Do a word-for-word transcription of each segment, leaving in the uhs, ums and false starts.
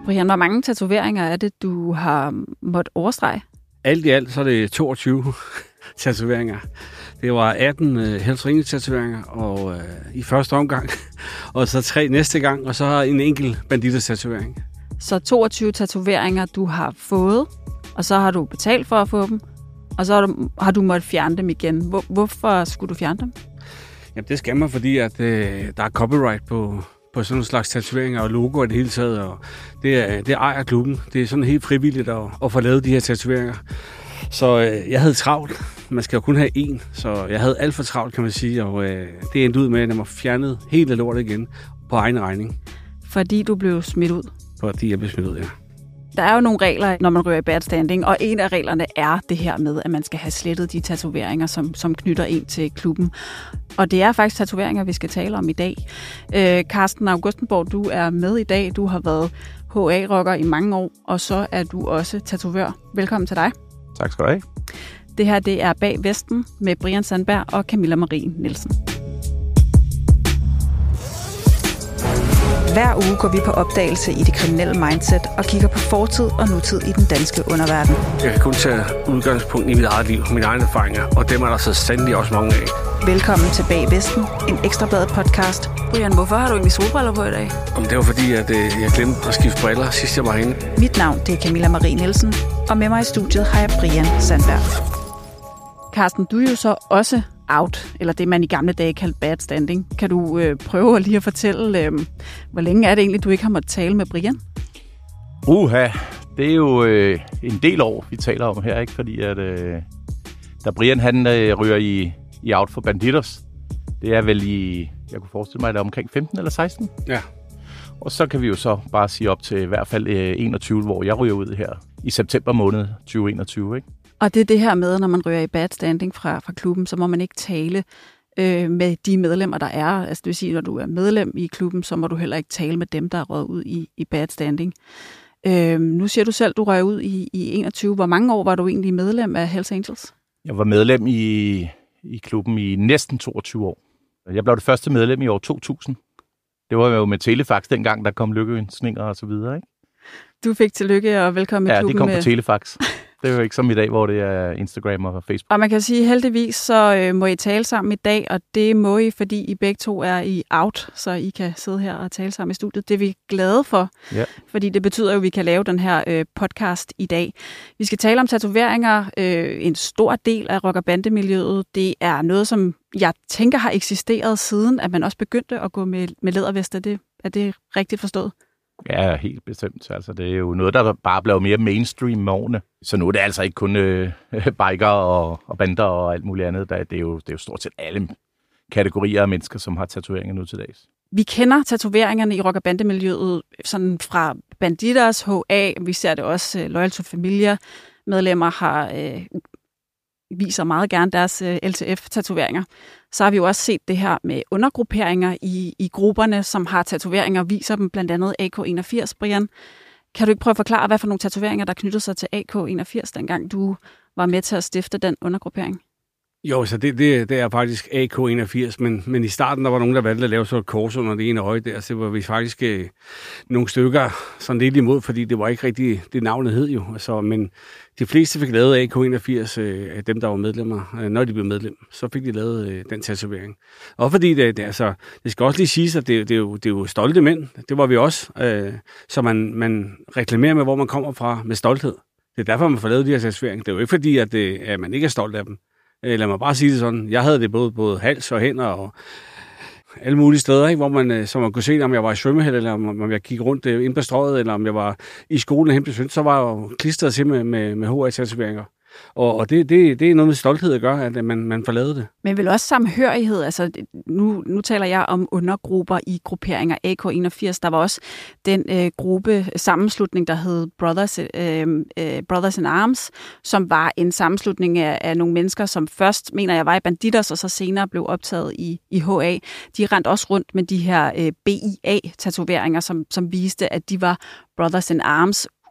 Brian, hvor mange tatoveringer er det, du har måttet overstrege? Alt i alt så er det toogtyve tatoveringer. Det var atten uh, Hells Angels-tatoveringer og, uh, i første omgang, og så tre næste gang, og så har en enkelt Bandidos-tatovering. Så toogtyve tatoveringer, du har fået, og så har du betalt for at få dem, og så har du, har du måttet fjerne dem igen. Hvor, hvorfor skulle du fjerne dem? Jamen, det skal man, fordi at, uh, der er copyright på, på sådan en slags tatoveringer og logoer i det hele taget, og det, er, det ejer klubben. Det er sådan helt frivilligt at, at få lavet de her tatoveringer. Så øh, jeg havde travlt. Man skal jo kun have én, så jeg havde alt for travlt, kan man sige, og øh, det endte ud med, at jeg var fjernet helt af lortet igen på egen regning. Fordi du blev smidt ud? Fordi jeg blev smidt ud, ja. Der er jo nogle regler, når man ryger i bad standing, og en af reglerne er det her med, at man skal have slettet de tatoveringer, som, som knytter en til klubben. Og det er faktisk tatoveringer, vi skal tale om i dag. Øh, Carsten Augustenborg, du er med i dag. Du har været H A-rocker i mange år, og så er du også tatovør. Velkommen til dig. Tak skal du have. Det her, det er Bag Vesten med Brian Sandberg og Camilla Marie Nielsen. Hver uge går vi på opdagelse i det kriminelle mindset og kigger på fortid og nutid i den danske underverden. Jeg kan kun tage udgangspunkt i mit eget liv, mine egne erfaringer, og dem er der så sandelig også mange af. Velkommen til Bag Vesten, en Ekstrabladet podcast. Brian, hvorfor har du egentlig solbriller på i dag? Om det var fordi, at øh, jeg glemte at skifte briller, sidst jeg var herinde. Mit navn, det er Camilla Marie Nielsen, og med mig i studiet har jeg Brian Sandberg. Carsten, du er jo så også out, eller det man i gamle dage kaldte bad standing. Kan du øh, prøve lige at fortælle, øh, hvor længe er det egentlig, du ikke har måttet tale med Brian? Uha, det er jo øh, en del år, vi taler om her, ikke? Fordi at øh, da Brian han øh, ryger i, i out for Bandidos, det er vel i, jeg kunne forestille mig, at det er omkring femten eller seksten. Ja. Og så kan vi jo så bare sige op til i hvert fald øh, enogtyve, hvor jeg ryger ud her i september måned tyve enogtyve, ikke? Og det er det her med, når man ryger i bad standing fra, fra klubben, så må man ikke tale øh, med de medlemmer, der er. Altså det vil sige, når du er medlem i klubben, så må du heller ikke tale med dem, der er røget ud i, i bad standing. Øh, nu siger du selv, du røg ud i, i enogtyve. Hvor mange år var du egentlig medlem af Hells Angels? Jeg var medlem i, i klubben i næsten toogtyve år. Jeg blev det første medlem i år to tusind. Det var jo med telefax dengang, der kom lykkeønsninger og så videre, ikke? Du fik tillykke og velkommen i ja, klubben. Ja, det kom på telefax. Det er jo ikke som i dag, hvor det er Instagram og Facebook. Og man kan sige, heldigvis så øh, må I tale sammen i dag, og det må I, fordi I begge to er i out, så I kan sidde her og tale sammen i studiet. Det er vi glade for, ja. Fordi det betyder jo, at vi kan lave den her øh, podcast i dag. Vi skal tale om tatoveringer. Øh, en stor del af rock- og bandemiljøet, det er noget, som jeg tænker har eksisteret siden, at man også begyndte at gå med, med lædervest. Er det, er det rigtigt forstået? Ja, helt bestemt. Altså, det er jo noget, der bare blev mere mainstream med årene. Så nu er det altså ikke kun øh, biker og, og bander og alt muligt andet. Det er, jo, det er jo stort set alle kategorier af mennesker, som har tatoveringer nu til dags. Vi kender tatoveringerne i rock- og bandemiljøet sådan fra Bandidos, H A. Vi ser det også, uh, Loyal to Familia medlemmer har øh, viser meget gerne deres øh, L T F-tatoveringer. Så har vi jo også set det her med undergrupperinger i, i grupperne, som har tatoveringer og viser dem, blandt andet A K enogfirs, Brian. Kan du ikke prøve at forklare, hvad for nogle tatoveringer, der knyttede sig til A K enogfirs, dengang du var med til at stifte den undergruppering? Jo, så det, det, det er faktisk A K enogfirs, men, men i starten der var nogen, der valgte at lave så et kors under det ene øje der, så var vi faktisk øh, nogle stykker sådan lidt imod, fordi det var ikke rigtig det navnet hed jo. Altså, men de fleste fik lavet A K enogfirs øh, af dem, der var medlemmer. Øh, når de blev medlem, så fik de lavet øh, den tatovering. Og fordi det, det, altså, det skal også lige siges, at det, det, er jo, det er jo stolte mænd. Det var vi også. Øh, så man, man reklamerer med, hvor man kommer fra med stolthed. Det er derfor, man får lavet de her tatoveringer. Det er jo ikke fordi, at, det, at man ikke er stolt af dem. Lad mig bare sige det sådan. Jeg havde det både, både hals og hænder og alle mulige steder, ikke? Hvor man, så man kunne se, om jeg var i svømmehal, eller om jeg gik rundt ind på strøget, eller om jeg var i skolen hen på Søn, så var jeg jo klistret til med, med, med H A-tatoveringer. Og, og det, det, det er noget med stolthed at gøre, at man, man får lavet det. Men vel også samhørighed. Altså, nu, nu taler jeg om undergrupper i grupperinger. A K enogfirs, der var også den øh, gruppe, sammenslutning, der hed Brothers, øh, øh, Brothers in Arms, som var en sammenslutning af, af nogle mennesker, som først, mener jeg, var i Bandidos, og så senere blev optaget i, i H A. De rendte også rundt med de her øh, B I A-tatoveringer, som, som viste, at de var Brothers in Arms,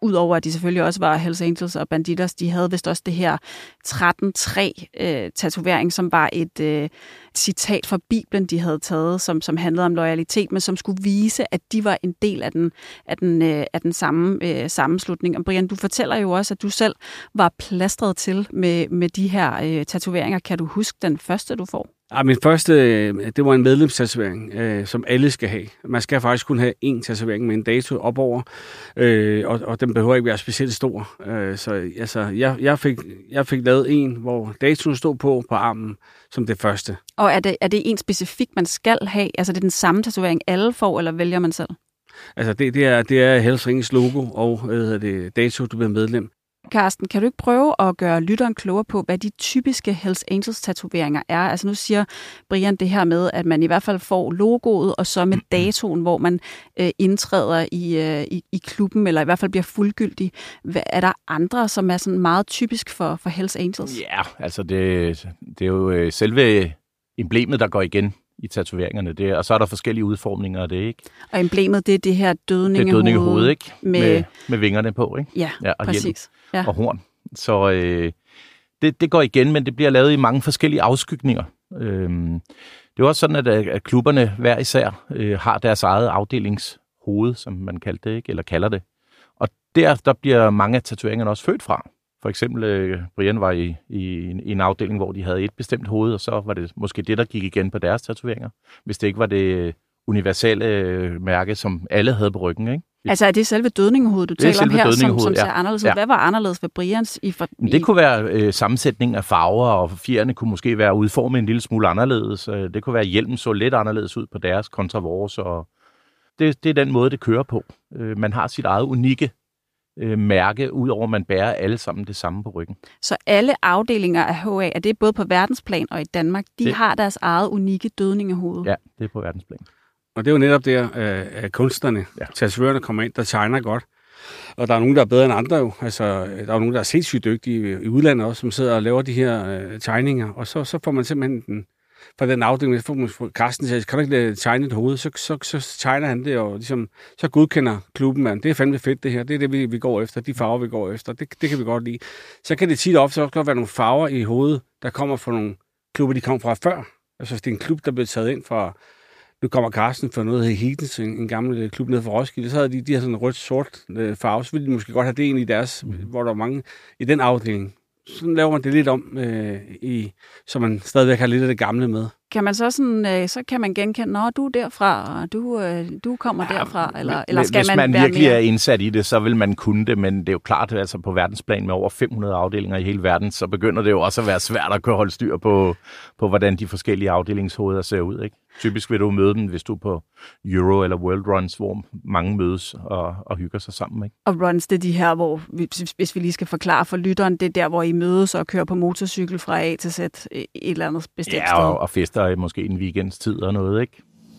udover at de selvfølgelig også var Hells Angels og Bandidos, de havde vist også det her tretten tre øh, tatovering, som var et øh, citat fra Bibelen, de havde taget, som, som handlede om loyalitet, men som skulle vise, at de var en del af den, af den, øh, af den samme øh, sammenslutning. Og Brian, du fortæller jo også, at du selv var plastret til med, med de her øh, tatoveringer. Kan du huske den første, du får? Ja, min første, det var en medlemstatovering, øh, som alle skal have. Man skal faktisk kun have én tatovering med en dato op over, øh, og, og den behøver ikke være specielt stor. Øh, så altså, jeg, jeg, fik, jeg fik lavet en, hvor datoen stod på på armen som det første. Og er det, er det en specifik, man skal have? Altså det er den samme tatovering, alle får, eller vælger man selv? Altså det, det, er, det er Hells Angels logo og hvad hedder det, dato, du bliver medlem. Carsten, kan du ikke prøve at gøre lytteren klogere på, hvad de typiske Hells Angels-tatoveringer er? Altså nu siger Brian det her med, at man i hvert fald får logoet, og så med datoen, hvor man øh, indtræder i, øh, i, i klubben, eller i hvert fald bliver fuldgyldig. Hvad, er der andre, som er sådan meget typisk for, for Hells Angels? Ja, altså det, det er jo selve emblemet, der går igen i tatoveringerne. Det, og så er der forskellige udformninger af det, ikke? Og emblemet, det er det her dødningehoved. Det er dødningehoved, ikke? Med, med, med vingerne på, ikke? Ja, ja og præcis. Ja. Og horn. Så øh, det, det går igen, men det bliver lavet i mange forskellige afskygninger. Øhm, det er også sådan, at, at klubberne hver især øh, har deres eget afdelingshoved, som man kaldte det, ikke? Eller kalder det. Og der, der bliver mange af tatoveringerne også født fra. For eksempel, øh, Brian var i, i, i en afdeling, hvor de havde et bestemt hoved, og så var det måske det, der gik igen på deres tatoveringer. Hvis det ikke var det universelle øh, mærke, som alle havde på ryggen, ikke? Altså er det selve dødningehovedet, du taler om her, som, som ser ja. anderledes ud? Ja. Hvad var anderledes ved Brians? I for, det kunne være øh, sammensætning af farver, og fjerne kunne måske være udformet en lille smule anderledes. Det kunne være, at hjelmen så lidt anderledes ud på deres kontra vores. Og det, det er den måde, det kører på. Øh, man har sit eget unikke øh, mærke, udover at man bærer alle sammen det samme på ryggen. Så alle afdelinger af H A, er det både på verdensplan og i Danmark, de det. har deres eget unikke dødningehoved? Ja, det er på verdensplan. Og det er jo netop der, at kunstnerne, ja. tatovørerne kommer ind, der tegner godt. Og der er nogen, der er bedre end andre jo. Altså, der er nogen, der er sindssygt dygtige i udlandet også, som sidder og laver de her øh, tegninger. Og så, så får man simpelthen den, fra den afdeling, så får man Carsten siger, kan du ikke tegne et hoved? Så, så, så tegner han det, og ligesom, så godkender klubben, man. Det er fandme fedt det her. Det er det, vi, vi går efter. De farver, vi går efter. Det, det kan vi godt lide. Så kan det tit ofte også godt være nogle farver i hovedet, der kommer fra nogle klubber, de kom fra før. Altså, hvis det er en klub, der blev taget ind fra... Nu kommer Carsten fra noget af Hiddens, en, en gammel klub nede fra Roskilde, så havde de, de havde sådan en rødt-sort øh, farve, så ville de måske godt have det ind i deres, mm. hvor der var mange i den afdeling. Sådan laver man det lidt om, øh, i, så man stadigvæk har lidt af det gamle med. Kan man så sådan, øh, så kan man genkende, når du er derfra, og du, øh, du kommer ja, derfra, eller, eller skal hvis man man være virkelig mere... er indsat i det, så vil man kunne det, men det er jo klart, at altså på verdensplan med over fem hundrede afdelinger i hele verden, så begynder det jo også at være svært at kunne holde styr på, på hvordan de forskellige afdelingshoveder ser ud, ikke? Typisk vil du møde dem, hvis du er på Euro eller World Runs, hvor mange mødes og, og hygger sig sammen, ikke? Og runs, det er de her, hvor, hvis vi lige skal forklare for lytteren, det er der, hvor I mødes og kører på motorcykel fra A til Z et eller andet bestemt ja, sted. Ja, og, og fester måske en weekends tid og noget, ikke?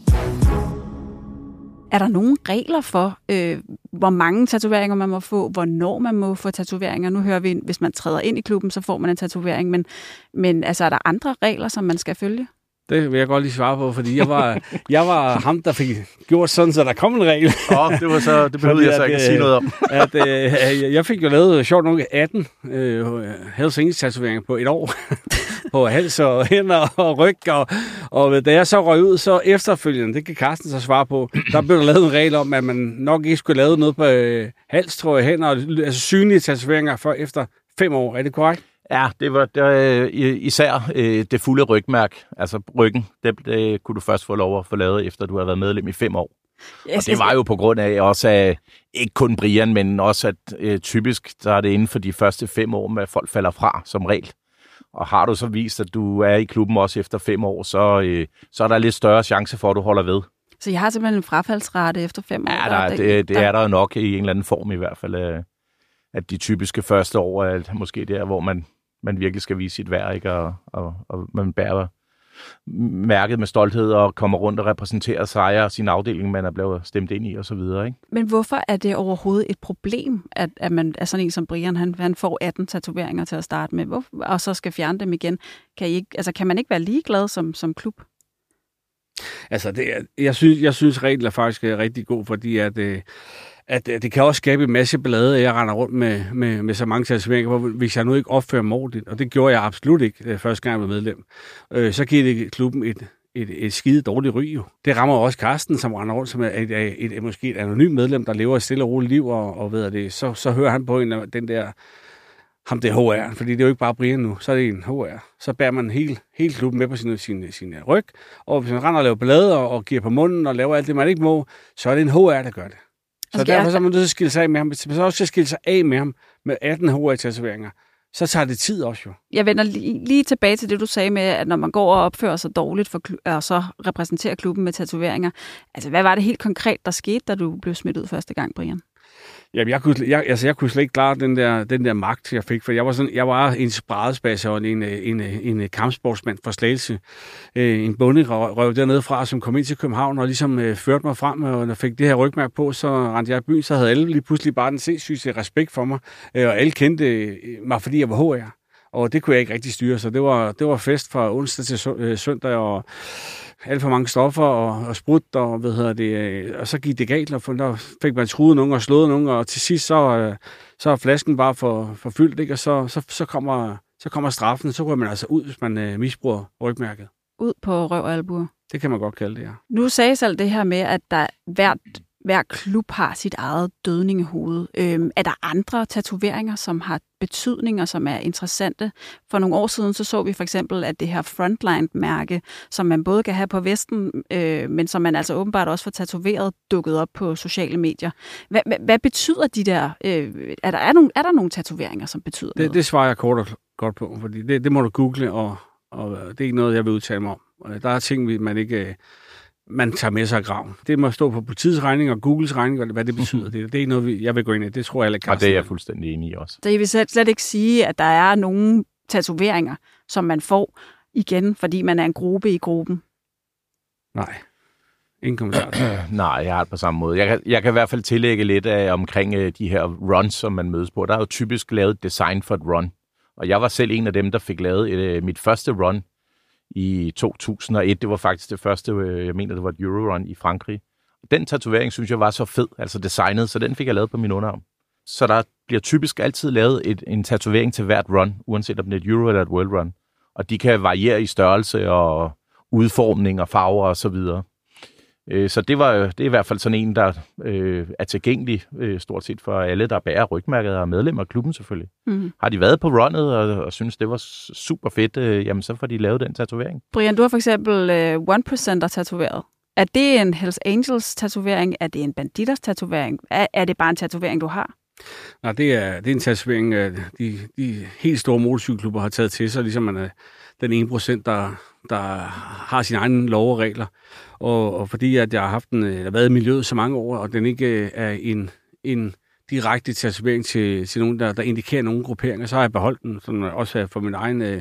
Er der nogle regler for, øh, hvor mange tatoveringer man må få, hvornår man må få tatoveringer? Nu hører vi, hvis man træder ind i klubben, så får man en tatovering, men, men altså, er der andre regler, som man skal følge? Det vil jeg godt lige svare på, fordi jeg var, jeg var ham, der fik gjort sådan, så der kom en regel. Åh, oh, det var så, det behøvede jeg så ikke at sige noget om. at, øh, jeg fik jo lavet, sjovt nok, atten øh, Hells Angels tatoveringer på et år. På hals og hænder og ryg. Og, og da jeg så røg ud, så efterfølgende, det kan Carsten så svare på, der blev der lavet en regel om, at man nok ikke skulle lave noget på øh, hals, tror jeg, hænder, altså synlige tatoveringer for efter fem år. Er det korrekt? Ja, det var, det var især øh, det fulde rygmærk, altså ryggen, det, det kunne du først få lov at få lavet, efter du har været medlem i fem år. Yes, og det var jo på grund af også, at ikke kun Brian, men også at øh, typisk, så er det inden for de første fem år, at folk falder fra som regel. Og har du så vist, at du er i klubben også efter fem år, så, øh, så er der lidt større chance for, at du holder ved. Så jeg har simpelthen en frafaldsrate efter fem år? Ja, der, der, det, det er der jo nok i en eller anden form i hvert fald, at de typiske første år er måske der, hvor man man virkelig skal vise sit værd, ikke? Og, og, og man bærer mærket med stolthed og kommer rundt og repræsenterer sig og sin afdeling, man er blevet stemt ind i og så videre, ikke? Men hvorfor er det overhovedet et problem, at, at man er sådan en som Brian, han, han får atten tatoveringer til at starte med, hvor, og så skal fjerne dem igen? Kan, I ikke, altså, kan man ikke være ligeglad som, som klub? Altså, det er, jeg synes, jeg synes reglen er faktisk rigtig god, fordi at, at det kan også skabe en masse ballade, at jeg render rundt med, med, med så mange tatoveringer, hvor hvis jeg nu ikke opfører mig ordentligt, og det gjorde jeg absolut ikke, første gang jeg var medlem, øh, så giver det klubben et, et, et skide dårligt ry jo. Det rammer også Carsten, som render rundt som et, et, et, et måske et anonym medlem, der lever et stille og roligt liv, og, og ved det, så, så hører han på en af den der, ham det er H R, fordi det er jo ikke bare Brian nu, så er det en H R. Så bærer man hele, hele klubben med på sin, sin, sin ryg, og hvis man render og laver ballade og, og giver på munden og laver alt det, man ikke må, så er det en H R, der gør det. Så okay, derfor så er man nødt til at skille sig af med ham. Hvis man så også skal skille sig af med ham med atten H R-tatoveringer, så tager det tid også jo. Jeg vender lige, lige tilbage til det, du sagde med, at når man går og opfører sig dårligt for kl- og så repræsenterer klubben med tatoveringer. Altså, hvad var det helt konkret, der skete, da du blev smidt ud første gang, Brian? Jamen, jeg kunne, jeg, altså, jeg kunne slet ikke klare den der, den der magt, jeg fik, for jeg var, sådan, jeg var en spredespasser og en, en, en, en kampsportsmand fra Slagelse. En bonderøv dernede fra, som kom ind til København og ligesom øh, førte mig frem, og når jeg fik det her rygmærke på, så rendte jeg i byen, så havde alle lige pludselig bare den sindssyge respekt for mig, øh, og alle kendte mig, fordi jeg var H R. Og det kunne jeg ikke rigtig styre, så det var, det var fest fra onsdag til øh, søndag, og alt for mange stoffer og, og sprut, og, hvad hedder det, og så gik det galt, og der fik man truet nogen og slået nogen, og til sidst så, så er flasken bare for, for fyldt, ikke? Og så, så, så, kommer, så kommer straffen, så går man altså ud, hvis man øh, misbruger rygmærket. Ud på røv og albuer? Det kan man godt kalde det, ja. Nu sagde selv det her med, at der hvert hver klub har sit eget dødningehoved. Øhm, er der andre tatoveringer, som har betydninger, som er interessante? For nogle år siden så så vi for eksempel, at det her Frontline-mærke, som man både kan have på vesten, øh, men som man altså åbenbart også får tatoveret, dukket op på sociale medier. Hvad, hvad, hvad betyder de der? Øh, er, der, er, nogle, er der nogle tatoveringer, som betyder det, noget? Det svarer jeg kort og godt på, fordi det, det må du google, og, og det er ikke noget, jeg vil udtale mig om. Der er ting, man ikke... man tager med sig af graven. Det må stå på politiets regning og Googles regning, hvad det betyder. Det, det er ikke noget, jeg vil gå ind i. Det tror jeg alle kan. Og det er jeg fuldstændig enig i også. Så jeg vil slet, slet ikke sige, at der er nogle tatoveringer, som man får igen, fordi man er en gruppe i gruppen. Nej. Ingen kommentar. Nej, jeg har det på samme måde. Jeg kan, jeg kan i hvert fald tillægge lidt af omkring uh, de her runs, som man mødes på. Der er jo typisk lavet design for et run. Og jeg var selv en af dem, der fik lavet et, uh, mit første run i to tusind og et. Det var faktisk det første, jeg mener, det var et Eurorun i Frankrig. Den tatovering, synes jeg, var så fed, altså designet, så den fik jeg lavet på min underarm. Så der bliver typisk altid lavet et, en tatovering til hvert run, uanset om det er et Euro eller et World Run. Og de kan variere i størrelse og udformning og farver og så videre. Så det, var, det er i hvert fald sådan en, der øh, er tilgængelig øh, stort set for alle, der bærer rygmærket og er medlemmer af klubben selvfølgelig. Mm. Har de været på runnet og, og synes, det var super fedt, øh, jamen så får de lavet den tatovering. Brian, du har for eksempel øh, one percenter tatoveret. Er det en Hells Angels tatovering? Er det en Bandidos tatovering? Er, er det bare en tatovering, du har? Nej, det er, det er en tatovering, de, de helt store motorcykelklubber har taget til sig, ligesom man er den ene procent, der, der har sine egne lov og regler. Og, og fordi at jeg har haft en, eller været i miljøet så mange år, og den ikke er en, en direkte tatovering til, til nogen, der, der indikerer nogle grupperinger, så har jeg beholdt den, sådan også for min egen uh,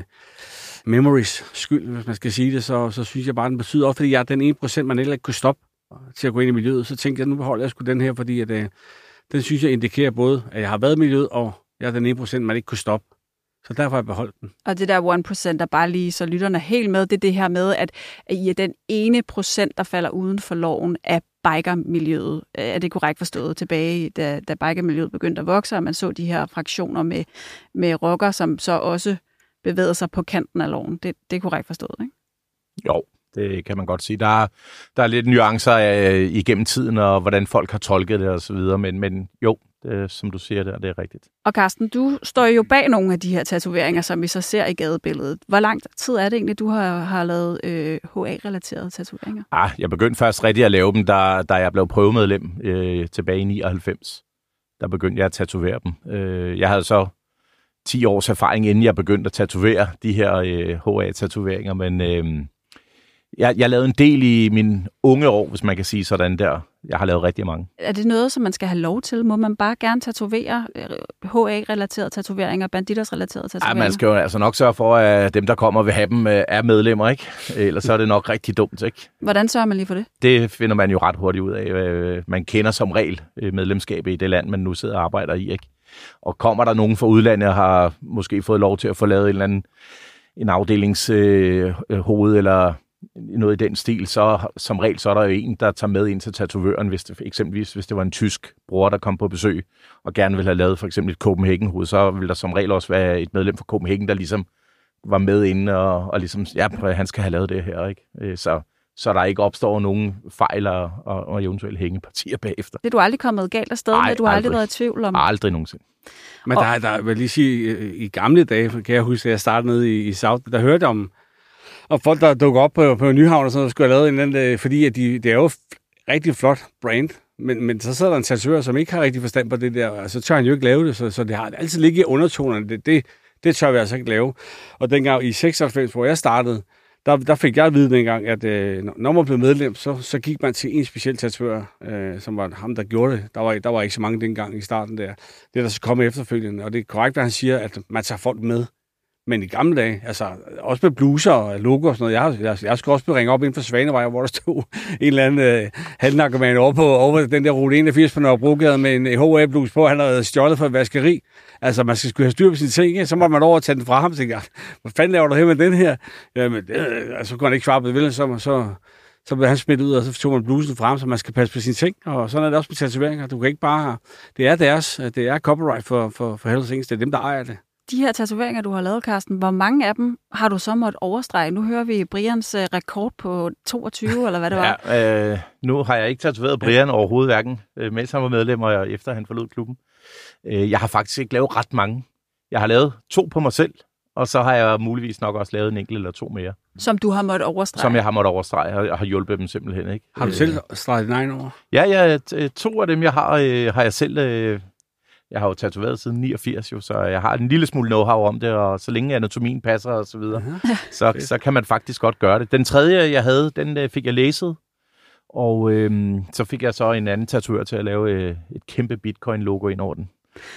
memories skyld, hvis man skal sige det, så, så synes jeg bare, den betyder også, fordi jeg er den ene procent, man heller ikke kunne stoppe til at gå ind i miljøet. Så tænkte jeg, nu beholder jeg sgu den her, fordi at, uh, den synes jeg indikerer både, at jeg har været i miljøet, og jeg er den ene procent, man ikke kunne stoppe. Så derfor har jeg beholdt den. Og det der one percent, der bare lige, så lytterne helt med, det er det her med, at I er den ene procent, der falder uden for loven af bikermiljøet. Er det korrekt forstået tilbage, da, da bikermiljøet begyndte at vokse, og man så de her fraktioner med, med rocker, som så også bevægede sig på kanten af loven. Det, det er korrekt forstået, ikke? Jo, det kan man godt sige. Der er, der er lidt nuancer af, igennem tiden, og hvordan folk har tolket det og så videre, men, men jo, det, som du siger der, det er rigtigt. Og Carsten, du står jo bag nogle af de her tatoveringer, som vi så ser i gadebilledet. Hvor lang tid er det egentlig, du har, har lavet øh, H A-relaterede tatoveringer? Ah, jeg begyndte først rigtig at lave dem, da, da jeg blev prøvemedlem øh, tilbage i nioghalvfems. Der begyndte jeg at tatovere dem. Øh, jeg havde så ti års erfaring, inden jeg begyndte at tatovere de her øh, H A-tatoveringer, men øh, jeg, jeg lavede en del i mine unge år, hvis man kan sige sådan der. Jeg har lavet rigtig mange. Er det noget, som man skal have lov til? Må man bare gerne tatovere H A-relaterede tatoveringer, Bandidos-relaterede tatoveringer? Ja, man skal jo altså nok sørge for, at dem, der kommer vil have dem, er medlemmer, ikke? Ellers så er det nok rigtig dumt, ikke? Hvordan sørger man lige for det? Det finder man jo ret hurtigt ud af. Man kender som regel medlemskabet i det land, man nu sidder og arbejder i, ikke? Og kommer der nogen fra udlandet og har måske fået lov til at få lavet en eller anden en afdelingshoved øh, eller noget i den stil, så som regel så er der jo en, der tager med ind til tatovøren, hvis det, eksempelvis hvis det var en tysk bror, der kom på besøg, og gerne ville have lavet for eksempel et Copenhagen-hoved, så vil der som regel også være et medlem fra Copenhagen, der ligesom var med inde, og, og ligesom, ja, han skal have lavet det her, ikke? Så, så der ikke opstår nogen fejl og, og, og eventuelt hængepartier bagefter. Det er du aldrig kommet galt afsted Ej, med, du har aldrig, aldrig været i tvivl om. Aldrig nogensinde. Men der, der vil lige sige, i gamle dage, kan jeg huske, at jeg startede nede i, i South, der hørte jeg om, om folk, der dukker op på, på Nyhavn og sådan noget, skulle have lavet en eller anden, fordi at de, det er jo rigtig flot brand, men, men så sidder der en tatovør, som ikke har rigtig forstand på det der, og så tør han jo ikke lave det, så, så det har altid ligget i undertonerne, det, det, det tør vi altså ikke lave. Og dengang i seksoghalvfems, hvor jeg startede, der, der fik jeg at vide dengang, at øh, når man blev medlem, så, så gik man til en speciel tatovør, øh, som var ham, der gjorde det. Der var, der var ikke så mange dengang i starten der. Det er der så kommet efterfølgende, og det er korrekt, hvad han siger, at man tager folk med. Men i gamle dage, altså også med bluser og logo og sådan noget, jeg, jeg, jeg skulle også blive ringet op inden for Svanevej, hvor der stod en eller anden øh, halvnakkermand over på over den der rute enogfirs på Nørrebrogade med en H A-bluse på, han havde stjålet for et vaskeri. Altså, man skal skulle have styr på sine ting, ikke? Så må man over og tage den fra ham og tænke, hvad fanden laver du her med den her? Jamen, det, altså, så kunne han ikke svare på det, vel? Så, så, så blev han smidt ud, og så tog man blusen frem, så man skal passe på sine ting. Og sådan er det også med tatoveringer. Du kan ikke bare... Det er deres, det er copyright for, for, for Hells Angels. Det er dem, der ejer det. De her tatoveringer, du har lavet, Carsten, hvor mange af dem har du så måttet overstrege? Nu hører vi Brians rekord på toogtyve, eller hvad det var. Ja, øh, nu har jeg ikke tatoveret Brian overhovedet, hverken mens han var medlem, og efter han forlod klubben. Øh, jeg har faktisk ikke lavet ret mange. Jeg har lavet to på mig selv, og så har jeg muligvis nok også lavet en enkelt eller to mere. Som du har måttet overstrege? Som jeg har måttet overstrege, og har hjulpet dem simpelthen, ikke? Har du selv streget din egen over? Ja, ja, to af dem, jeg har, øh, har jeg selv... Øh, Jeg har jo tatoveret siden niogfirs, jo, så jeg har en lille smule know-how om det, og så længe anatomien passer og så videre, ja. så, så kan man faktisk godt gøre det. Den tredje, jeg havde, den fik jeg læset, og øhm, så fik jeg så en anden tatovør til at lave øh, et kæmpe Bitcoin-logo ind over den.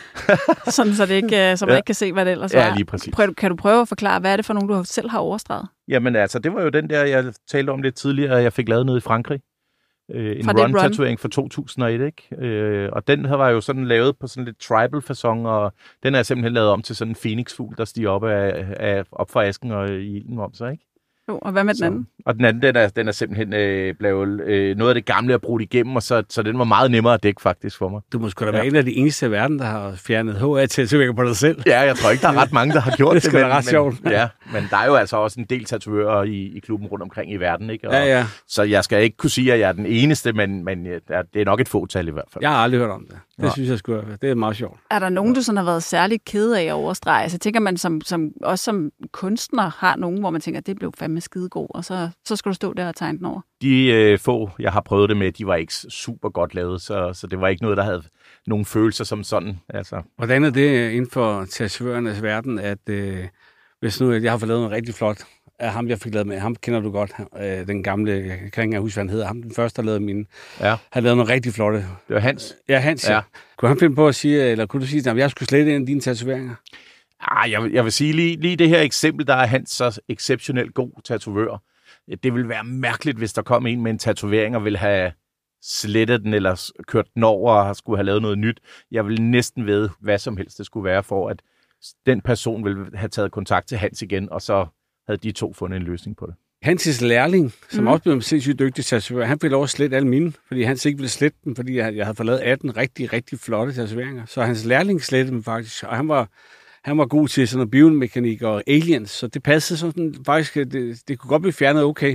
Sådan, så, det ikke, så man ja. ikke kan se, hvad det ellers er. Ja, lige præcis. Prøv, kan du prøve at forklare, hvad er det for nogen, du selv har overstreget? Jamen altså, det var jo den der, jeg talte om lidt tidligere, jeg fik lavet noget i Frankrig. Øh, en run-tatovering fra to tusind og et, ikke? Øh, og den her var jo sådan lavet på sådan lidt tribal-facon, og den er simpelthen lavet om til sådan en phoenix-fugl, der stiger op, af, af, op fra asken og i ilden om sig, ikke? Jo, og hvad med den anden? Så, og den anden, den er, den er simpelthen øh, blevet øh, noget af det gamle at bruge igennem, og så, så den var meget nemmere at dække faktisk for mig. Du må sgu da være ja. en af de eneste i verden, der har fjernet H A-tatoveringer på dig selv. Ja, jeg tror ikke, der er ret mange, der har gjort det. Det er ret sjovt. Ja, men der er jo altså også en del tatovører i, i klubben rundt omkring i verden, ikke? Og, ja, ja. Så jeg skal ikke kunne sige, at jeg er den eneste, men, men det er nok et fåtal i hvert fald. Jeg har aldrig hørt om det. Det ja. synes jeg skulle være. Det er meget sjovt. Er der nogen, du sådan har været særlig ked af at overstrege? Altså tænker man som, som, også som kunstner har nogen, hvor man tænker, det blev fandme skidegod, og så, så skal du stå der og tegne den over? De øh, få, jeg har prøvet det med, de var ikke super godt lavet, så, så det var ikke noget, der havde nogen følelser som sådan. Altså. Hvordan er det inden for tatovørernes verden, at øh, hvis nu jeg har fået lavet noget rigtig flot af ham, jeg fik lavet med, ham kender du godt, øh, den gamle, jeg kan ikke huske, hvad han hedder, ham den første, der lavede mine, ja. Han lavede noget rigtig flotte. Det var Hans? Ja, Hans, ja. ja. Kunne han finde på at sige, eller kunne du sige, at jeg skulle slette ind i dine tatoveringer? Ah, jeg, jeg vil sige, lige, lige det her eksempel, der er Hans så exceptionelt god tatovør. Det ville være mærkeligt, hvis der kom en med en tatovering og ville have slettet den, eller kørt den over og skulle have lavet noget nyt. Jeg vil næsten ved, hvad som helst det skulle være for, at den person ville have taget kontakt til Hans igen, og så havde de to fundet en løsning på det. Hanses lærling, som mm. også blev en sindssygt dygtig tatovør, han fik lov at slette alle mine, fordi Hans ikke ville slette dem, fordi jeg havde forladet atten rigtig, rigtig flotte tatoveringer. Så hans lærling slettede dem faktisk, og han var, han var god til sådan noget biomekanik og aliens, så det passede sådan faktisk, det, det kunne godt blive fjernet okay.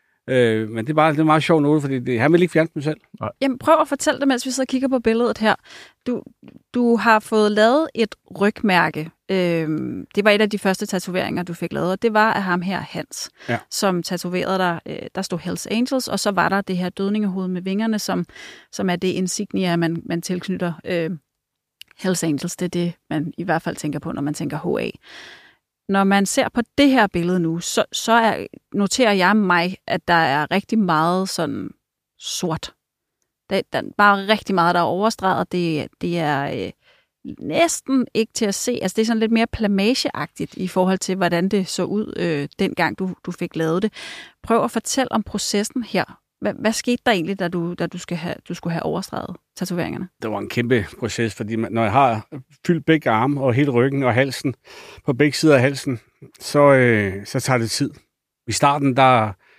Øh, men det er bare det er meget sjovt noget, fordi det, han vil ikke fjerne dem selv. Nej. Jamen prøv at fortælle det, mens vi så kigger på billedet her. Du, du har fået lavet et rygmærke. Øh, det var et af de første tatoveringer, du fik lavet, og det var af ham her, Hans, ja. som tatoverede dig. Øh, der stod Hells Angels, og så var der det her dødningehoved med vingerne, som, som er det insignia, man, man tilknytter øh, Hells Angels. Det er det, man i hvert fald tænker på, når man tænker H A. Når man ser på det her billede nu, så, så er, noterer jeg mig, at der er rigtig meget sådan sort. Der, der er bare rigtig meget, der er overstreget. Det, det er øh, næsten ikke til at se. Altså det er sådan lidt mere plamageagtigt i forhold til, hvordan det så ud, øh, dengang du, du fik lavet det. Prøv at fortælle om processen her. Hvad, hvad skete der egentlig, da du, da du, skal have, du skulle have overstreget tatoveringerne? Det var en kæmpe proces, fordi man, når jeg har fyldt begge arme og hele ryggen og halsen, på begge sider af halsen, så, øh, så tager det tid. I starten, der,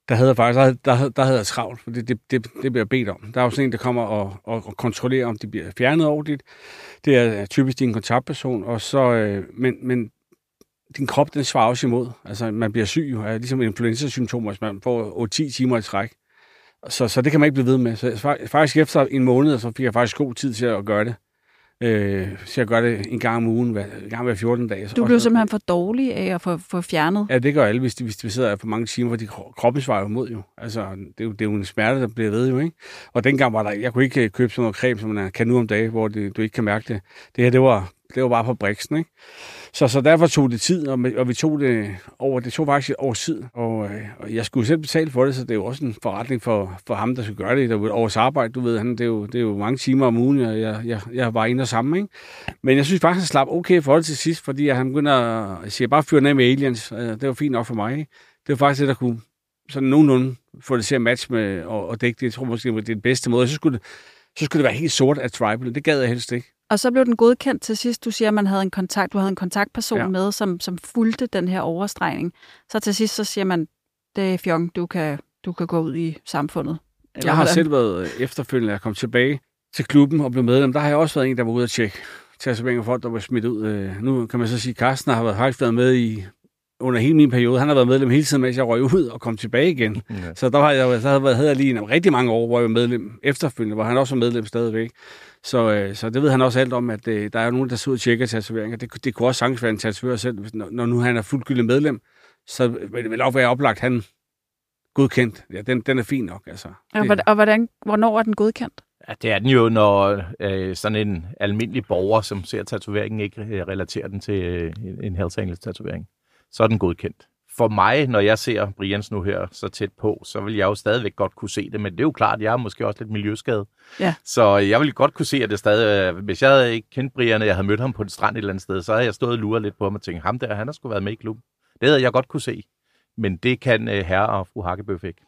der havde jeg faktisk, der, der, der havde jeg travlt, for det, det, det, det bliver bedt om. Der er jo sådan en, der kommer og, og, og kontrollerer, om de bliver fjernet ordentligt. Det er typisk din kontaktperson, og så, øh, men, men din krop, den svarer også imod. Altså, man bliver syg, jo, ligesom influenza-symptomer, hvis man får otte til ti timer i træk. Så, så det kan man ikke blive ved med. Så faktisk efter en måned, så fik jeg faktisk god tid til at gøre det. Øh, så jeg gør det en gang om ugen, hver, en gang hver fjorten dage. Du blev simpelthen for dårlig af at få, få fjernet? Ja, det gør alle, hvis de, hvis de sidder for mange timer, fordi kroppen svarer imod jo. Altså, det er jo, det er jo en smerte, der bliver ved jo, ikke? Og dengang var der, jeg kunne ikke købe sådan noget creme, som man kan nu om dagen, hvor det, du ikke kan mærke det. Det her, det var, det var bare på briksen, ikke? Så, så derfor tog det tid, og, og vi tog det over, det tog faktisk et års tid, og, og jeg skulle selv betale for det, så det er jo også en forretning for, for ham, der skal gøre det. Det er jo et års arbejde, du ved, han, det, er jo, det er jo mange timer om ugen, og jeg, jeg, jeg var inde og sammen, ikke? Men jeg synes faktisk, han slap okay for det til sidst, fordi han begynder at sige, bare fyre ned med aliens, det var fint nok for mig, ikke? Det var faktisk det, der kunne sådan nogenlunde få det til at matche med og, og dække det. Jeg tror måske, det var den bedste måde. Så skulle det, så skulle det være helt sort af Tribal. Det gad jeg helst ikke. Og så blev den godkendt til sidst. Du siger, at man havde en kontakt, du havde en kontaktperson ja. med, som, som fulgte den her overstregning. Så til sidst så siger man, det er fjong, du kan, du kan gå ud i samfundet. Eller jeg har hvordan? selv været efterfølgende, jeg kom tilbage til klubben og blev medlem. Der har jeg også været en, der var ude at tjekke tatoveringer folk, der var smidt ud. Nu kan man så sige, at Carsten har faktisk været med i under hele min periode. Han har været medlem hele tiden, mens jeg røg ud og kom tilbage igen. Ja. Så der har jeg, så havde jeg lige en rigtig mange år, hvor jeg var medlem efterfølgende, hvor han også var medlem stadigvæk. Så, så det ved han også alt om, at øh, der er nogen, der sidder og tjekker tatoveringer. Det, det kunne også sagtens være en tatovør selv. Når, når nu han er fuldgyldig medlem, så vil det vel også være oplagt, han godkendt. Ja, den, den er fin nok. Altså. Ja, og hvordan, hvornår er den godkendt? Ja, det er den jo, når øh, sådan en almindelig borger, som ser tatoveringen, ikke øh, relaterer den til øh, en Hells Angels tatovering. Så er den godkendt. For mig, når jeg ser Brians nu her så tæt på, så vil jeg jo stadigvæk godt kunne se det, men det er jo klart, at jeg er måske også lidt miljøskadet. Ja. Så jeg vil godt kunne se, at det stadig... Hvis jeg havde ikke kendt Brian, og jeg havde mødt ham på en strand et eller andet sted, så havde jeg stået og luret lidt på ham og tænkt, ham der, han har sgu været med i klubben. Det havde jeg godt kunne se. Men det kan herre og fru Hakkebøf ikke.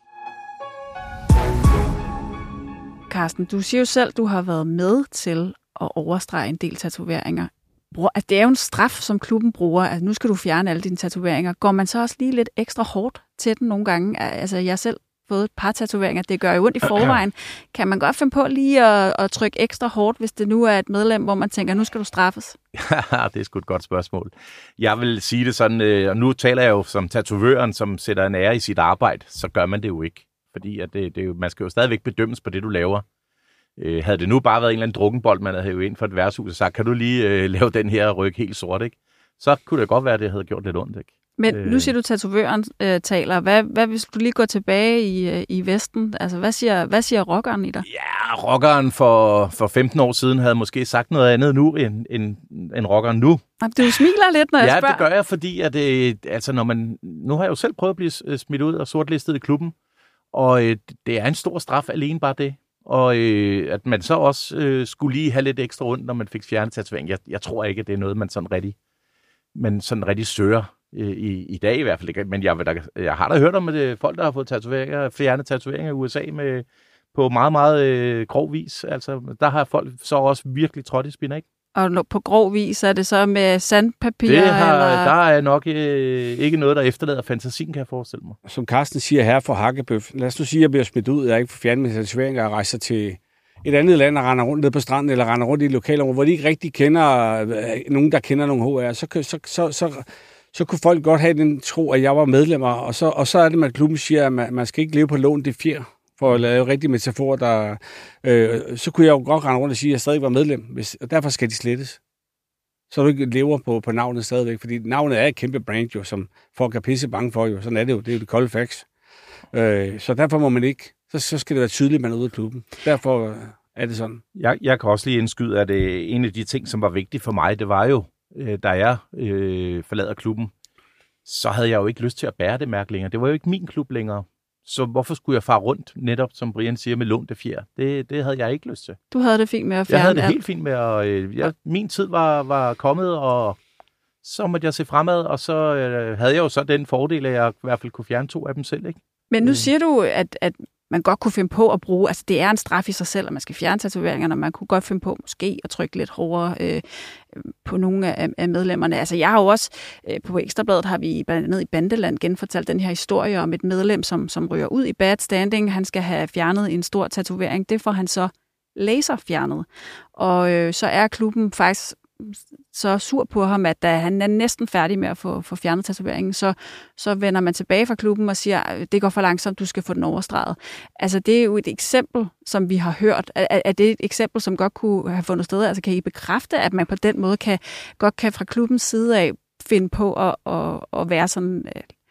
Carsten, du siger jo selv, du har været med til at overstrege en del tatoveringer. At det er jo en straf, som klubben bruger, at nu skal du fjerne alle dine tatoveringer. Går man så også lige lidt ekstra hårdt til den nogle gange? Altså, jeg har selv fået et par tatoveringer, det gør jo ondt i forvejen. Kan man godt finde på lige at, at trykke ekstra hårdt, hvis det nu er et medlem, hvor man tænker, nu skal du straffes? Ja, det er sgu et godt spørgsmål. Jeg vil sige det sådan, og nu taler jeg jo som tatovøren, som sætter en ære i sit arbejde, så gør man det jo ikke. Fordi at det, det, man skal jo stadigvæk bedømmes på det, du laver. Øh, havde det nu bare været en eller anden drukkenbold, man havde hævet ind for et værtshus og sagt, kan du lige øh, lave den her ryg helt sort, ikke? Så kunne det godt være, at det havde gjort lidt ondt, ikke? Men øh, nu siger du, tatovøren øh, taler. Hvad, hvad hvis du lige går tilbage i, øh, i Vesten? Altså, hvad siger, hvad siger rockeren i dig? Ja, rockeren for, for femten år siden havde måske sagt noget andet nu, end, end, end rockeren nu. Du smiler lidt, når jeg ja, spørger. Ja, det gør jeg, fordi at, øh, altså, når man, nu har jeg jo selv prøvet at blive smidt ud og sortlistet i klubben, og øh, det er en stor straf alene bare det. Og øh, at man så også øh, skulle lige have lidt ekstra rundt, når man fik fjernet tatovering. Jeg, jeg tror ikke, at det er noget, man sådan rigtig, man sådan rigtig søger øh, i, i dag i hvert fald ikke. Men jeg, da, jeg har da hørt om at folk, der har fået tatoveringer, fjernet tatoveringer i U S A med, på meget, meget øh, grov vis. Altså, der har folk så også virkelig trådt i spin, ikke? Og på grov vis er det så med sandpapir? Det har, eller? Der er nok øh, ikke noget, der efterlader fantasien, kan jeg forestille mig. Som Carsten siger her for Hakkebøf, lad os nu sige, at jeg bliver smidt ud, jeg ikke får fjernet med tatoveringer og rejser til et andet land og render rundt ned på stranden, eller render rundt i et lokalområde, hvor de ikke rigtig kender nogen, der kender nogle H R, så, så, så, så, så kunne folk godt have den tro, at jeg var medlemmer, og så, og så er det, at klubben siger, at man, man skal ikke leve på lån, det fjer. For at lave rigtig metafor, der, øh, så kunne jeg jo godt rende rundt og sige, at jeg stadig var medlem, hvis, og derfor skal de slettes. Så du ikke lever på, på navnet stadigvæk, fordi navnet er et kæmpe brand, jo, som folk er pisse bange for, jo. Sådan er det jo, det er jo det kolde facts. Øh, så derfor må man ikke, så, så skal det være tydeligt, at man er ude af klubben. Derfor er det sådan. Jeg, jeg kan også lige indskyde, at øh, en af de ting, som var vigtigt for mig, det var jo, øh, da jeg øh, forlader klubben, så havde jeg jo ikke lyst til at bære det mærke længere. Det var jo ikke min klub længere. Så hvorfor skulle jeg fare rundt, netop som Brian siger, med lånte fjer? Det, det havde jeg ikke lyst til. Du havde det fint med at fjerne Jeg havde det alt. helt fint med, og øh, jeg, min tid var, var kommet, og så måtte jeg se fremad, og så øh, havde jeg jo så den fordel, at jeg i hvert fald kunne fjerne to af dem selv, ikke? Men nu siger du, at, at man godt kunne finde på at bruge, altså det er en straf i sig selv, at man skal fjerne tatoveringerne, og man kunne godt finde på måske at trykke lidt hårdere øh, på nogle af, af medlemmerne. Altså jeg har jo også, øh, på Ekstrabladet har vi blandt andet i Bandeland genfortalt den her historie om et medlem, som, som ryger ud i bad standing. Han skal have fjernet en stor tatovering. Det får han så laser fjernet. Og øh, så er klubben faktisk så sur på ham, at da han er næsten færdig med at få, få fjernet tatoveringen, så, så vender man tilbage fra klubben og siger, det går for langsomt, du skal få den overstreget. Altså det er jo et eksempel, som vi har hørt. Er, er det et eksempel, som godt kunne have fundet sted? Altså kan I bekræfte, at man på den måde kan, godt kan fra klubbens side af finde på at, at, at være sådan,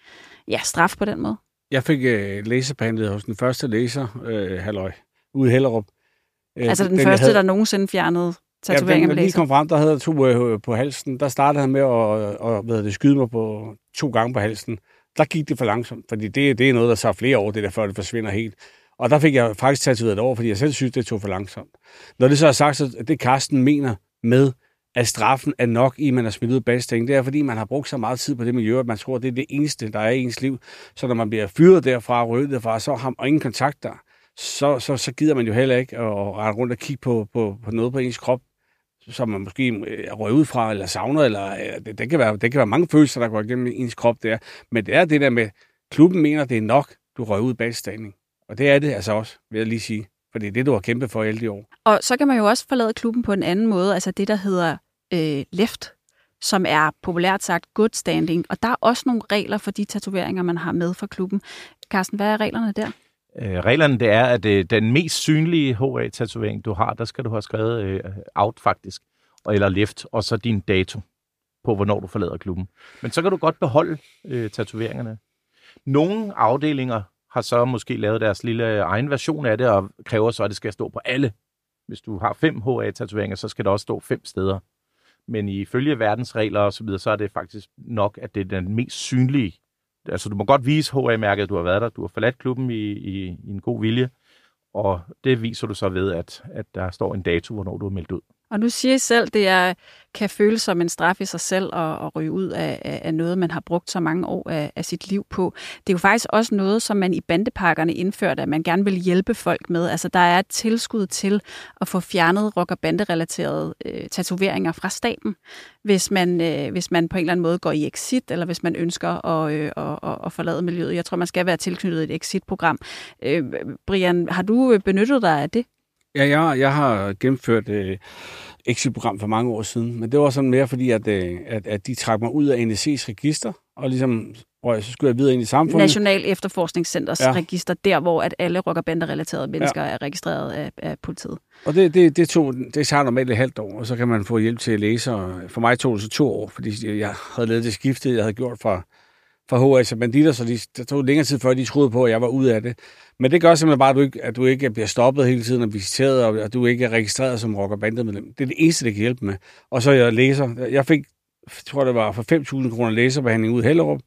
ja, straf på den måde? Jeg fik uh, laserbehandlet hos den første laser, uh, halløj, ude i Hellerup. Uh, altså den, den første, havde... der nogensinde fjernede tatoveringer med laser? Ja, da lige kom frem, der havde jeg to uh, på halsen. Der startede han med at og, hvad det, skyde mig på to gange på halsen. Der gik det for langsomt, fordi det, det er noget, der tager flere år, det der, før det forsvinder helt. Og der fik jeg faktisk tatoveret det over, fordi jeg selv synes, det tog for langsomt. Når det så er sagt, så det Carsten mener med, at straffen er nok i, man er smidt ud af badstæng, det er, fordi man har brugt så meget tid på det miljø, at man tror, at det er det eneste, der er i ens liv. Så når man bliver fyret derfra, røget derfra, så har man ingen kontakt der. Så, så, så gider man jo heller ikke at rette rundt og kigge på, på, på noget på ens krop, som man måske er røget ud fra, eller savner, eller det, det, kan være, det kan være mange følelser, der går igennem ens krop der. Men det er det der med, klubben mener, det er nok, du røger ud bagstænding. Og det er det altså også, vil jeg lige sige. For det er det, du har kæmpet for i alle de år. Og så kan man jo også forlade klubben på en anden måde, altså det, der hedder øh, left, som er populært sagt good standing. Og der er også nogle regler for de tatoveringer, man har med fra klubben. Carsten, hvad er reglerne der? Øh, reglerne det er, at øh, den mest synlige H A-tatovering, du har, der skal du have skrevet øh, out faktisk, og, eller left, og så din dato på, hvornår du forlader klubben. Men så kan du godt beholde øh, tatoveringerne. Nogle afdelinger har så måske lavet deres lille egen version af det, og kræver så, at det skal stå på alle. Hvis du har fem H A-tatoveringer, så skal der også stå fem steder. Men ifølge verdensregler og så videre, så er det faktisk nok, at det er den mest synlige. Altså, du må godt vise H A-mærket, at du har været der. Du har forladt klubben i, i, i en god vilje. Og det viser du så ved, at, at der står en dato, hvornår du er meldt ud. Og nu siger I selv, at det er, kan føles som en straf i sig selv at, at ryge ud af, af noget, man har brugt så mange år af, af sit liv på. Det er jo faktisk også noget, som man i bandepakkerne indførte, at man gerne vil hjælpe folk med. Altså, der er et tilskud til at få fjernet rock- og banderelaterede øh, tatoveringer fra staten, hvis man, øh, hvis man på en eller anden måde går i exit, eller hvis man ønsker at, øh, at, at forlade miljøet. Jeg tror, man skal være tilknyttet et exit-program. Øh, Brian, har du benyttet dig af det? Ja, jeg, jeg har gennemført øh, exit-program for mange år siden, men det var sådan mere fordi, at, øh, at, at de trak mig ud af N S C's register, og ligesom, og så skulle jeg videre ind i samfundet. National Efterforskningscenters ja. register, der hvor at alle rock- og banderelaterede mennesker ja. er registreret af, af politiet. Og det, det, det, tog, det tager normalt et halvt år, og så kan man få hjælp til at læse. Og for mig tog det så to år, fordi jeg havde lavet det skifte, jeg havde gjort fra, fra H A til Banditter, så de, det tog længere tid før, de troede på, at jeg var ude af det. Men det gør simpelthen bare, at du ikke, at du ikke bliver stoppet hele tiden og visiteret, og at du ikke er registreret som rock- og bandemedlem. Det er det eneste, det kan hjælpe med. Og så jeg læser. Jeg fik, jeg tror det var for fem tusind kroner læserbehandling ud i Hellerup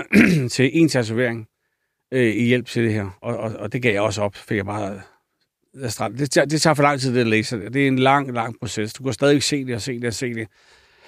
til en tatovering øh, i hjælp til det her. Og, og, og det gav jeg også op, fik jeg bare... Det tager, det tager for lang tid, det at læse det. Det er en lang, lang proces. Du kan stadig se det og se det og se det.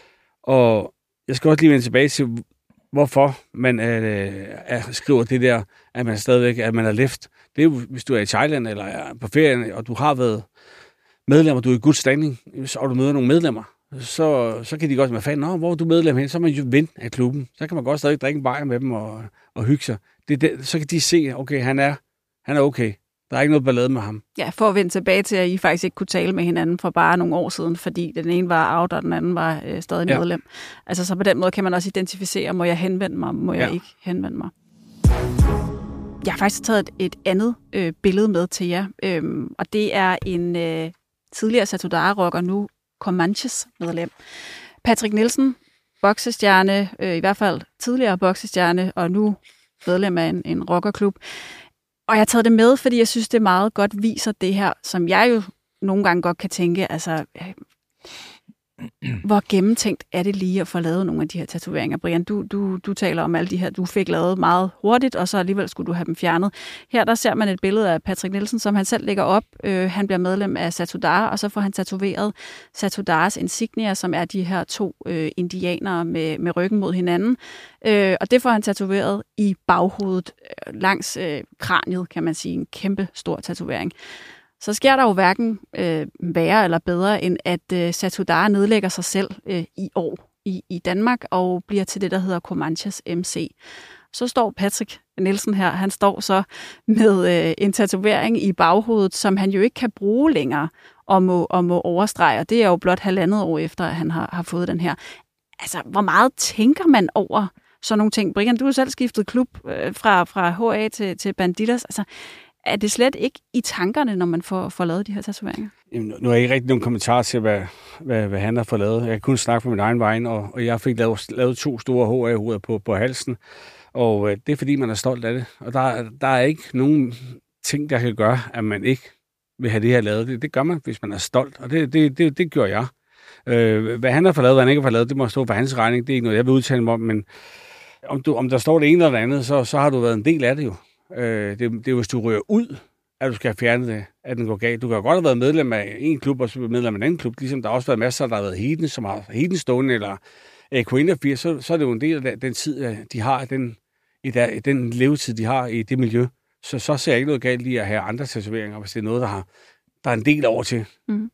Og jeg skal også lige vende tilbage til, hvorfor man øh, er, skriver det der, at man stadigvæk at man er left. Det er jo, hvis du er i Thailand eller er på ferien, og du har været medlemmer, du er i good standing, og du møder nogle medlemmer, så, så kan de godt være fan, nå, hvor er du medlem hen? Så er man jo ven af klubben. Så kan man godt stadig drikke en bajer med dem og, og hygge sig. Det, det, så kan de se, okay, han er, han er okay. Der er ikke noget ballade med ham. Ja, for at vende tilbage til, at I faktisk ikke kunne tale med hinanden for bare nogle år siden, fordi den ene var out, og den anden var øh, stadig medlem. Ja. Altså, så på den måde kan man også identificere, må jeg henvende mig, må jeg ja. ikke henvende mig. Jeg har faktisk taget et, et andet øh, billede med til jer, øhm, og det er en øh, tidligere Satudara-rocker, nu Comanches-medlem. Patrick Nielsen, boksestjerne, øh, i hvert fald tidligere boksestjerne, og nu medlem af en, en rockerklub. Og jeg har taget det med, fordi jeg synes, det meget godt viser det her, som jeg jo nogle gange godt kan tænke, altså, Hvor gennemtænkt er det lige at få lavet nogle af de her tatoveringer? Brian, du, du, du taler om alle de her, du fik lavet meget hurtigt, og så alligevel skulle du have dem fjernet. Her der ser man et billede af Patrick Nielsen, som han selv lægger op. Øh, han bliver medlem af Satudarah, og så får han tatoveret Satudarahs insignier, som er de her to øh, indianere med, med ryggen mod hinanden. Øh, og det får han tatoveret i baghovedet, øh, langs øh, kraniet, kan man sige. En kæmpe stor tatovering. Så sker der jo hverken øh, værre eller bedre, end at øh, Satudarah nedlægger sig selv øh, i år i, i Danmark og bliver til det, der hedder Comanches M C. Så står Patrick Nielsen her, han står så med øh, en tatovering i baghovedet, som han jo ikke kan bruge længere og må, og må overstrege. Og det er jo blot halvandet år efter, at han har, har fået den her. Altså, hvor meget tænker man over sådan nogle ting? Brian, du har selv skiftet klub øh, fra, fra H A til, til Bandidos. Altså, er det slet ikke i tankerne, når man får, får lavet de her tatoveringer? Jamen, nu har jeg ikke rigtig nogen kommentar til, hvad, hvad, hvad han har fået lavet. Jeg kan kun snakke på min egen vej, og, og jeg fik lavet, lavet to store H A-hoveder på, på halsen. Og øh, det er, fordi man er stolt af det. Og der, der er ikke nogen ting, der kan gøre, at man ikke vil have det her lavet. Det, det gør man, hvis man er stolt. Og det, det, det, det gjorde jeg. Øh, hvad han har fået lavet, hvad han ikke har fået lavet, det må stå for hans regning. Det er ikke noget, jeg vil udtale mig om. Men om, du, om der står det ene eller det andet, så, så har du været en del af det jo. Øh, det, det er jo, hvis du rører ud, at du skal have fjernet det, at den går galt. Du kan jo godt have været medlem af en klub, og så medlem af en anden klub, ligesom der har også været masser, der har været Heden, som har Heden stående, eller A K enogfirs, så, så er det jo en del af den tid, de har, den, i der, den levetid, de har i det miljø. Så, så ser jeg ikke noget galt i at have andre tatoveringer, hvis det er noget, der, har, der er en del over til. Mm.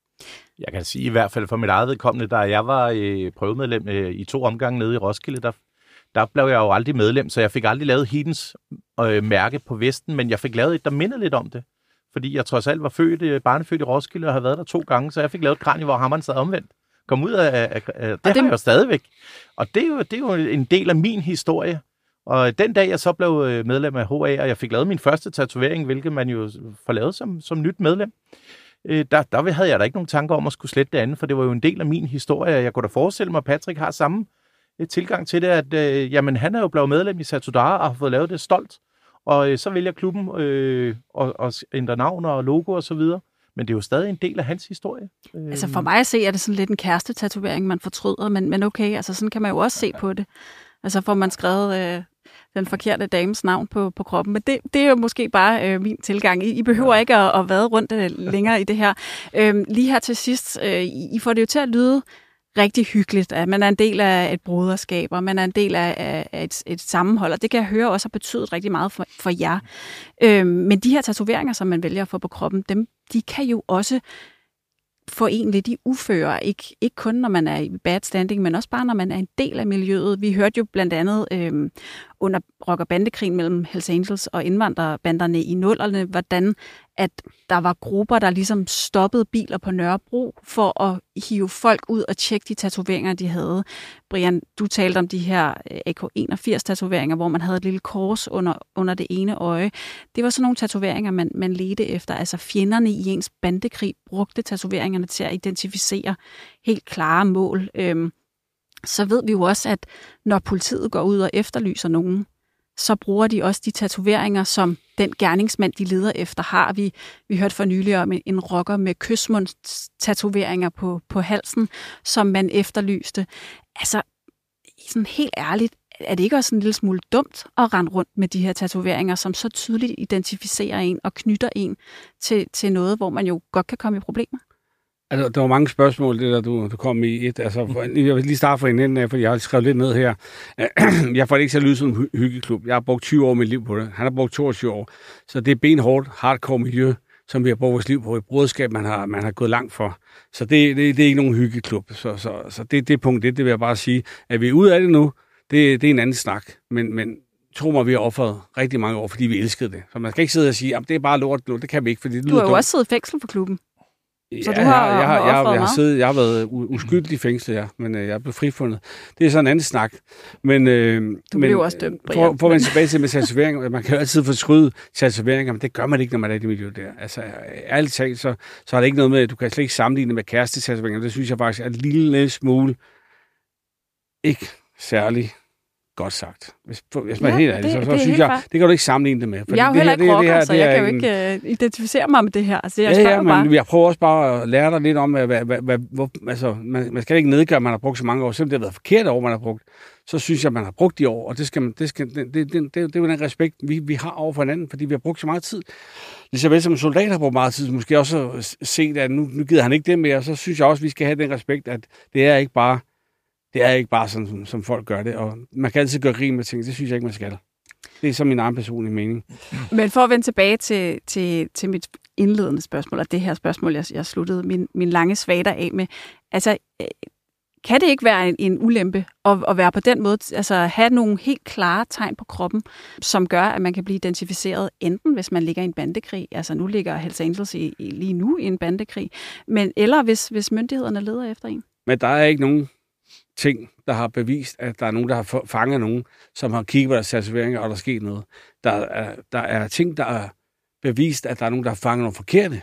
Jeg kan sige i hvert fald for mit eget vedkommende, da jeg var øh, prøvemedlem øh, i to omgange nede i Roskilde, der Der blev jeg jo aldrig medlem, så jeg fik aldrig lavet Hedens øh, mærke på vesten, men jeg fik lavet et, der mindede lidt om det. Fordi jeg trods alt var født, øh, barnefødt i Roskilde og har været der to gange, så jeg fik lavet et kranie, hvor hammeren sad omvendt. Kom ud af, af, af det, det har jeg jo stadigvæk. Og det er, jo, det er jo en del af min historie. Og den dag, jeg så blev medlem af H A, og jeg fik lavet min første tatovering, hvilket man jo får lavet som, som nyt medlem, øh, der, der havde jeg da ikke nogen tanker om at skulle slette det andet, for det var jo en del af min historie. Jeg kunne da forestille mig, at Patrick har samme tilgang til det, at øh, jamen, han er jo blevet medlem i Satudarah og har fået lavet det stolt, og øh, så vælger klubben øh, og, og ændre navn og logo og så videre. Men det er jo stadig en del af hans historie. Altså for mig at se, er det sådan lidt en kærestetatovering, man fortryder, men, men okay, altså sådan kan man jo også se på det. Altså får man skrevet øh, den forkerte dames navn på, på kroppen, men det, det er jo måske bare øh, min tilgang. I, I behøver ikke at, at vade rundt øh, længere i det her. Øh, lige her til sidst, øh, I får det jo til at lyde rigtig hyggeligt, at man er en del af et broderskab, og man er en del af, af et, et sammenhold, og det kan jeg høre også har betydet rigtig meget for, for jer. Øhm, men de her tatoveringer, som man vælger at få på kroppen, dem, de kan jo også få en lidt i uføre, ikke, ikke kun når man er i bad standing, men også bare når man er en del af miljøet. Vi hørte jo blandt andet øhm, under rock- og bandekrigen mellem Hells Angels og indvandrerbanderne i nullerne, hvordan at der var grupper, der ligesom stoppede biler på Nørrebro for at hive folk ud og tjekke de tatoveringer, de havde. Brian, du talte om de her A K enogfirs tatoveringer, hvor man havde et lille kors under, under det ene øje. Det var sådan nogle tatoveringer, man, man ledte efter. Altså fjenderne i ens bandekrig brugte tatoveringerne til at identificere helt klare mål. Øhm, så ved vi jo også, at når politiet går ud og efterlyser nogen, så bruger de også de tatoveringer, som den gerningsmand, de leder efter, har. Vi, vi hørte for nylig om en, en rocker med kysmundstatoveringer på, på halsen, som man efterlyste. Altså, sådan helt ærligt, er det ikke også en lille smule dumt at rende rundt med de her tatoveringer, som så tydeligt identificerer en og knytter en til, til noget, hvor man jo godt kan komme i problemer? Altså, der var mange spørgsmål, det der, du, du kom i et. Altså, jeg vil lige starte fra en ende af, fordi jeg har skrevet lidt ned her. Jeg får det ikke til at lyde som en hyggeklub. Jeg har brugt tyve år af mit liv på det. Han har brugt toogtyve år. Så det er benhårdt, hardcore miljø, som vi har brugt vores liv på. Et broderskab, man har, man har gået langt for. Så det, det, det er ikke nogen hyggeklub. Så, så, så det, det er punkt et, det vil jeg bare sige. At vi er ude af det nu, det, det er en anden snak. Men, men tro mig, vi har offret rigtig mange år, fordi vi elskede det. Så man skal ikke sidde og sige, at det er bare lort nu. Det kan vi ikke, fordi det lyder Du har jo dumt. også siddet i fængsel for klubben. Så ja, du har, jeg, jeg, har, jeg, har, jeg, har siddet, jeg har været uskyldig i fængsel, ja, men øh, jeg er blevet frifundet. Det er sådan en anden snak. Men, øh, du men, blev også dømt, Brian. For, for at vende tilbage til med tatoveringer, man kan jo altid forskryde tatoveringer, men det gør man ikke, når man er i det miljø der. Altså, ærligt talt, så, så er det ikke noget med, at du kan slet ikke sammenligne med kærestetatoveringer. Det synes jeg faktisk er en lille smule ikke særlig godt sagt. Hvis, hvis man Ja, er helt ærlig, så, det- så det er synes helt jeg, fair. det kan du ikke sammenligne det med. Fordi Jeg er jo det heller her- ikke det- det her- rocker, så det jeg er kan jo en- ikke uh, identificere mig med det her. Altså, jeg Ja, spørger ja, jo bare. men jeg prøver også bare at lære dig lidt om, hvad, hvad, hvad, hvad, altså, man, man skal ikke nedgøre, at man har brugt så mange år. Selvom det har været forkert år, man har brugt, så synes jeg, at man har brugt de år, og det, skal man, det, skal, det, det, det, det, det er jo den respekt, vi, vi har over for hinanden, fordi vi har brugt så meget tid. Lige så vel som en soldat har brugt meget tid, måske også set, at nu, nu gider han ikke det mere, så synes jeg også, at vi skal have den respekt, at det er ikke bare, det er ikke bare sådan, som, som folk gør det, og man kan altid gøre rim med ting, det synes jeg ikke, man skal. Det er så min egen personlige mening. Men for at vende tilbage til, til, til mit indledende spørgsmål, og det her spørgsmål, jeg, jeg sluttede min, min lange svater af med, altså, øh, kan det ikke være en, en ulempe at, at være på den måde, altså have nogle helt klare tegn på kroppen, som gør, at man kan blive identificeret enten, hvis man ligger i en bandekrig, altså nu ligger Hells Angels i, i, lige nu i en bandekrig, men eller hvis, hvis myndighederne leder efter en? Men der er ikke nogen ting, der har bevist, at der er nogen, der har fanget nogen, som har kigget på deres tatoveringer, og der er sket noget. Der er, der er ting, der er bevist, at der er nogen, der har fanget nogle forkerte.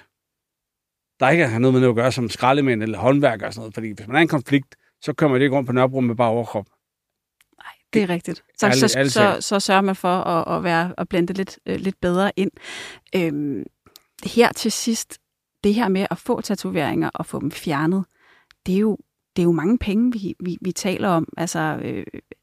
Der ikke har noget med noget at gøre som skraldemænd eller håndværker og sådan noget, fordi hvis man er i en konflikt, så kommer man ikke rundt på Nørrebro med bare overkrop. Nej, det er rigtigt. Så, Ærligt- så, ærligt så, talt. så sørger man for at, at, være, at blende det lidt, øh, lidt bedre ind. Øhm, her til sidst, det her med at få tatoveringer og få dem fjernet, det er jo, det er jo mange penge, vi, vi, vi taler om. Altså, øh,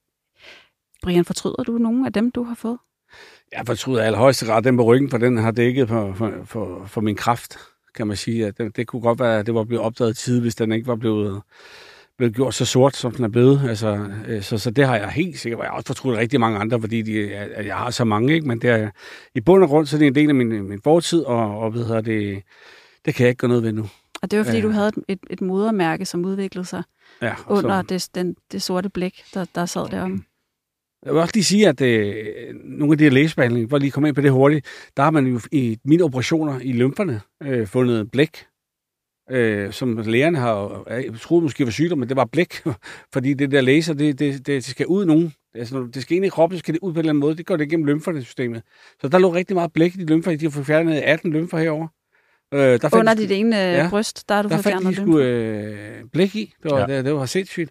Brian, fortryder du nogle af dem, du har fået? Jeg fortryder i allerhøjeste grad den på ryggen, for den har dækket for, for, for, for min kraft, kan man sige. At det, det kunne godt være, at det var blevet opdaget tid, hvis den ikke var blevet, blevet gjort så sort, som den er blevet. Altså, øh, så, så det har jeg helt sikkert. Jeg har også fortrudt rigtig mange andre, fordi de, at jeg har så mange, ikke? Men det er, i bund og grund, så er det en del af min, min fortid, og, og ved jeg, det, det kan jeg ikke gøre noget ved nu. Og det var, fordi Ja. du havde et, et, et modermærke, som udviklede sig Ja, og under så, det, den, det sorte blik, der, der sad derom. jeg vil også lige sige, at øh, nogle af de her lægebehandlinger, for at lige komme ind på det hurtigt, der har man jo i mine operationer i lymferne øh, fundet blæk, øh, som lægerne har, jeg troede måske var sygdom, men det var blæk, fordi det der laser, det, det, det skal ud nogen. Altså, det skal ind i kroppen, så skal det ud på en eller anden måde. Det går det igennem lymferne-systemet. Så der lå rigtig meget blæk i de lymfer. De har fået fjernet atten lymfer herovre. Øh, der fandt Under de- dit ene ja, ja, bryst, der har du der fået fandt fjernet de dem. sgu øh, blæk i. Det var, Ja. ja. det, det var sindssygt.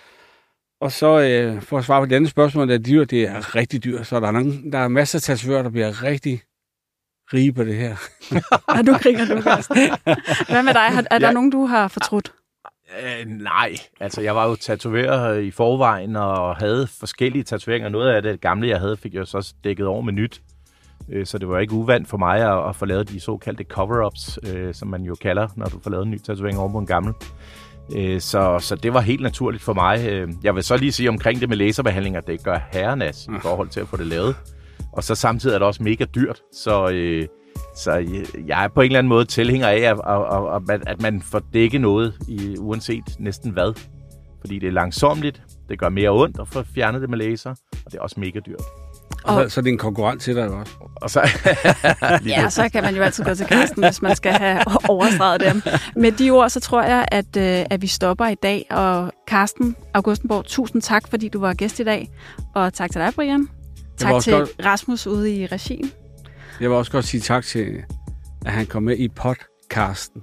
Og så øh, for at svare på det andet spørgsmål, er dyr, det er rigtig dyrt. Så der er, nogen, der er masser af tatovører, der bliver rigtig rige på det her. Ja, du griner, du Karsten. Hvad med dig? Er, er der Ja. nogen, du har fortrudt? Øh, nej, altså jeg var jo tatoveret i forvejen og havde forskellige tatoveringer. Noget af det gamle, jeg havde, fik jeg så også dækket over med nyt. Øh, Så det var ikke uvandt for mig at, at få lavet de såkaldte cover-ups, øh, som man jo kalder, når du får lavet en ny tatovering over på en gammel. Øh, Så, så det var helt naturligt for mig. Øh, Jeg vil så lige sige omkring det med laserbehandlinger, det gør herrenas i forhold til at få det lavet. Og så samtidig er det også mega dyrt, så, øh, så jeg- jeg er på en eller anden måde tilhænger af, at, at, at, at man får dækket noget, i, uanset næsten hvad. Fordi det er langsomligt, det gør mere ondt at få fjernet det med laser, og det er også mega dyrt. Og Og- så, så det er en konkurrent til dig også. Og så, Ja, så kan man jo altid gå til Karsten, hvis man skal have overstreget dem. Med de ord, så tror jeg, at, øh, at vi stopper i dag. Og Karsten Augustenborg, tusind tak, fordi du var gæst i dag. Og tak til dig, Brian. Tak også til godt- Rasmus ude i regien. Jeg vil også godt sige tak til, at han kom med i podcasten.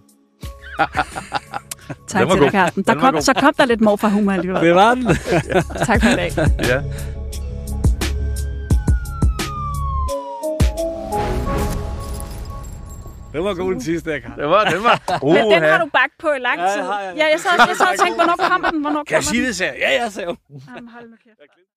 Tak Den var til dig, god. Karsten. Der Den var kom, god. så kom der lidt mor fra humor alligevel. Det var den. Tak for i dag. ja. Det var god den sidste, jeg kan. Det var, det var. Men den har du bagt på i lang Ja, tid. det har jeg. Ja, jeg sad, jeg sad og tænkte, hvornår kommer den? Hvornår Kan jeg kommer sige den? det, sagde jeg? Ja, jeg sagde jo. Jamen, hold nu kæft.